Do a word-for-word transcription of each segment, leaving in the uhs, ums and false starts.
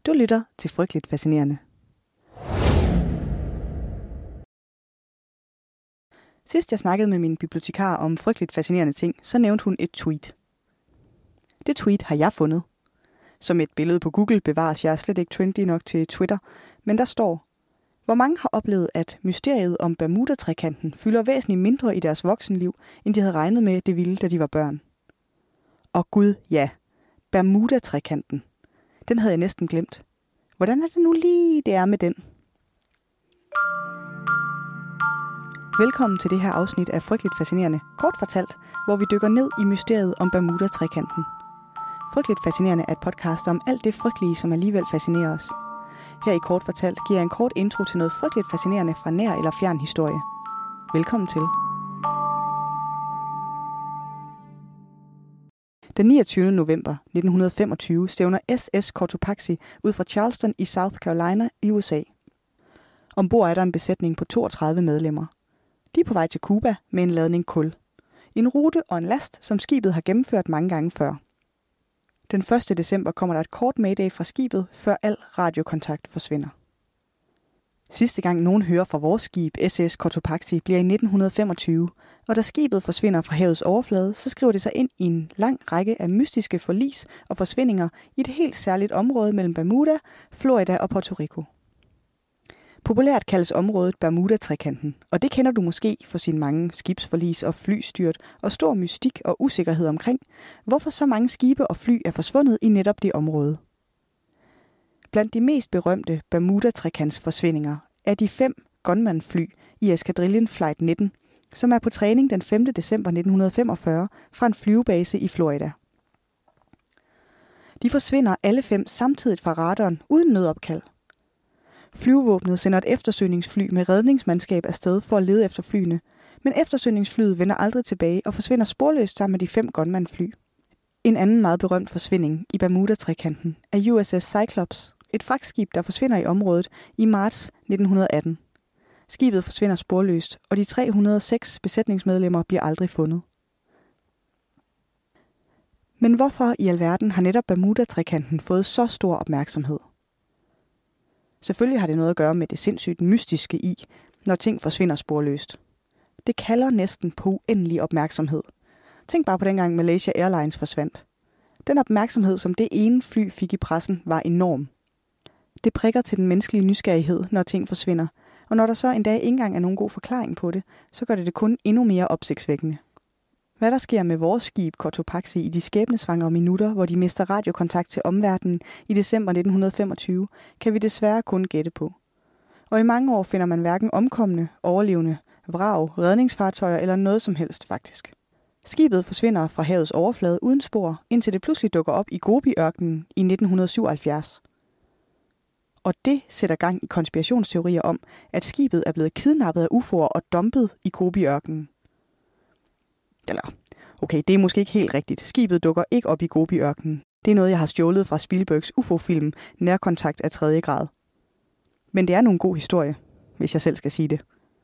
Du lytter til Frygteligt Fascinerende. Sidst jeg snakkede med min bibliotekar om frygteligt fascinerende ting, så nævnte hun et tweet. Det tweet har jeg fundet. Som et billede på Google bevares jeg slet ikke trendy nok til Twitter, men der står: hvor mange har oplevet, at mysteriet om Bermuda-trekanten fylder væsentligt mindre i deres voksenliv, end de havde regnet med, det ville, da de var børn. Og gud, ja, Bermuda-trekanten. Den havde jeg næsten glemt. Hvordan er det nu lige, det er med den? Velkommen til det her afsnit af Frygteligt Fascinerende, kort fortalt, hvor vi dykker ned i mysteriet om Bermuda-trekanten. Frygteligt Fascinerende er et podcast om alt det frygtelige, som alligevel fascinerer os. Her i Kort Fortalt giver jeg en kort intro til noget frygteligt fascinerende fra nær eller fjern historie. Velkommen til. Den niogtyvende november nitten femogtyve stævner S S Cotopaxi ud fra Charleston i South Carolina i U S A. Ombord er der en besætning på toogtredive medlemmer. De er på vej til Cuba med en ladning kul. En rute og en last, som skibet har gennemført mange gange før. Den første december kommer der et kort mayday fra skibet, før al radiokontakt forsvinder. Sidste gang nogen hører fra vores skib, S S Cotopaxi, bliver i nitten femogtyve, og da skibet forsvinder fra havets overflade, så skriver det sig ind i en lang række af mystiske forlis og forsvindinger i et helt særligt område mellem Bermuda, Florida og Puerto Rico. Populært kaldes området Bermuda-trekanten, og det kender du måske for sine mange skibsforlis og flystyrt og stor mystik og usikkerhed omkring, hvorfor så mange skibe og fly er forsvundet i netop det område. Blandt de mest berømte Bermuda-trekants forsvindinger er de fem Gunman-fly i eskadrillen Flight nitten, som er på træning den femte december nitten femogfyrre fra en flyvebase i Florida. De forsvinder alle fem samtidigt fra radaren uden nødopkald. Flyvevåbnet sender et eftersøgningsfly med redningsmandskab afsted for at lede efter flyene, men eftersøgningsflyet vender aldrig tilbage og forsvinder sporløst sammen med de fem Gunman-fly. En anden meget berømt forsvinding i Bermuda-trekanten er U S S Cyclops, et fragtskib, der forsvinder i området i marts nitten atten. Skibet forsvinder sporløst, og de tre hundrede og seks besætningsmedlemmer bliver aldrig fundet. Men hvorfor i alverden har netop Bermuda-trekanten fået så stor opmærksomhed? Selvfølgelig har det noget at gøre med det sindssygt mystiske i, når ting forsvinder sporløst. Det kalder næsten på uendelig opmærksomhed. Tænk bare på dengang Malaysia Airlines forsvandt. Den opmærksomhed, som det ene fly fik i pressen, var enorm. Det prikker til den menneskelige nysgerrighed, når ting forsvinder, og når der så en dag ikke engang er nogen god forklaring på det, så gør det det kun endnu mere opsigtsvækkende. Hvad der sker med vores skib Cotopaxi i de skæbnesvangre minutter, hvor de mister radiokontakt til omverdenen i december nitten femogtyve, kan vi desværre kun gætte på. Og i mange år finder man hverken omkomne, overlevende, vrag, redningsfartøjer eller noget som helst faktisk. Skibet forsvinder fra havets overflade uden spor, indtil det pludselig dukker op i Gobi-ørkenen i nitten syvoghalvfjerds. Og det sætter gang i konspirationsteorier om, at skibet er blevet kidnappet af U F O'er og dumpet i Gobi-ørkenen. Eller, okay, det er måske ikke helt rigtigt. Skibet dukker ikke op i Gobi-ørkenen. Det er noget, jeg har stjålet fra Spielbergs U F O-film Nærkontakt af tredje grad. Men det er nu en god historie, hvis jeg selv skal sige det.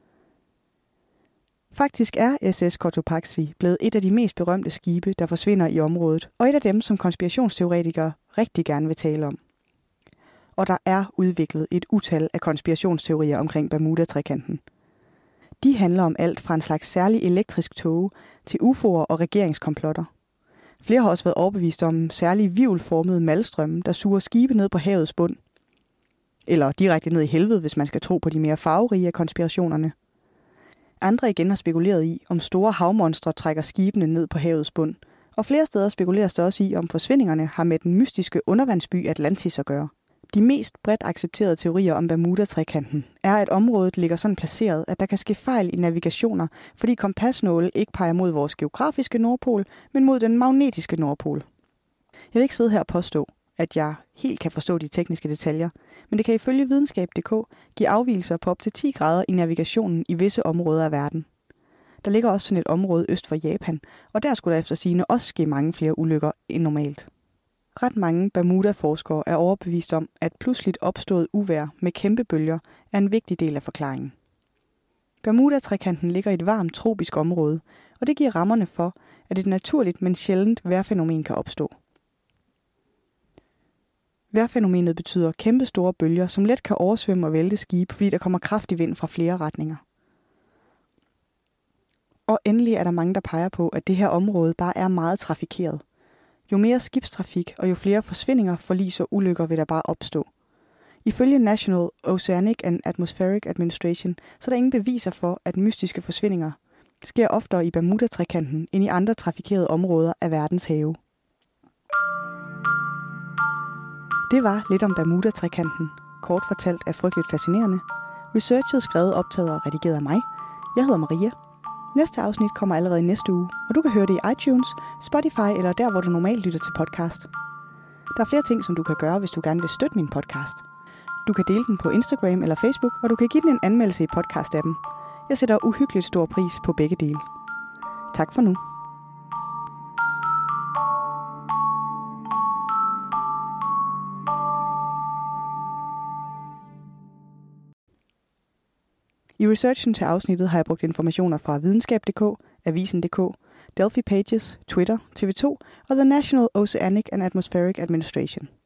Faktisk er S S Cotopaxi blevet et af de mest berømte skibe, der forsvinder i området, og et af dem, som konspirationsteoretikere rigtig gerne vil tale om. Og der er udviklet et utal af konspirationsteorier omkring Bermuda-trekanten. De handler om alt fra en slags særlig elektrisk tåge til U F O'er og regeringskomplotter. Flere har også været overbevist om særlige hvirvelformede malstrømme, der suger skibe ned på havets bund. Eller direkte ned i helvede, hvis man skal tro på de mere farverige af konspirationerne. Andre igen har spekuleret i, om store havmonstre trækker skibene ned på havets bund. Og flere steder spekuleres der også i, om forsvindingerne har med den mystiske undervandsby Atlantis at gøre. De mest bredt accepterede teorier om Bermuda-trekanten er, at området ligger sådan placeret, at der kan ske fejl i navigationer, fordi kompasnåle ikke peger mod vores geografiske nordpol, men mod den magnetiske nordpol. Jeg vil ikke sidde her og påstå, at jeg helt kan forstå de tekniske detaljer, men det kan ifølge videnskab punktum d k give afvigelser på op til ti grader i navigationen i visse områder af verden. Der ligger også sådan et område øst for Japan, og der skulle der efter sigende også ske mange flere ulykker end normalt. Ret mange Bermuda-forskere er overbevist om, at pludseligt opstået uvejr med kæmpe bølger er en vigtig del af forklaringen. Bermuda-trekanten ligger i et varmt tropisk område, og det giver rammerne for, at et naturligt, men sjældent vejrfænomen kan opstå. Vejrfænomenet betyder kæmpe store bølger, som let kan oversvømme og vælte skibe, fordi der kommer kraftig vind fra flere retninger. Og endelig er der mange, der peger på, at det her område bare er meget trafikeret. Jo mere skibstrafik og jo flere forsvindinger, forlis og ulykker vil der bare opstå. Ifølge National Oceanic and Atmospheric Administration, så er der ingen beviser for, at mystiske forsvindinger sker oftere i Bermuda-trekanten end i andre trafikerede områder af verdens have. Det var lidt om Bermuda-trekanten. Kort fortalt er frygteligt fascinerende. Researchet, skrevet, optaget og redigeret af mig. Jeg hedder Maria. Næste afsnit kommer allerede i næste uge, og du kan høre det i iTunes, Spotify eller der, hvor du normalt lytter til podcast. Der er flere ting, som du kan gøre, hvis du gerne vil støtte min podcast. Du kan dele den på Instagram eller Facebook, og du kan give den en anmeldelse i podcast-appen. Jeg sætter uhyggeligt stor pris på begge dele. Tak for nu. I researchen til afsnittet har jeg brugt informationer fra videnskab punktum d k, avisen punktum d k, Delphi Pages, Twitter, T V to og The National Oceanic and Atmospheric Administration.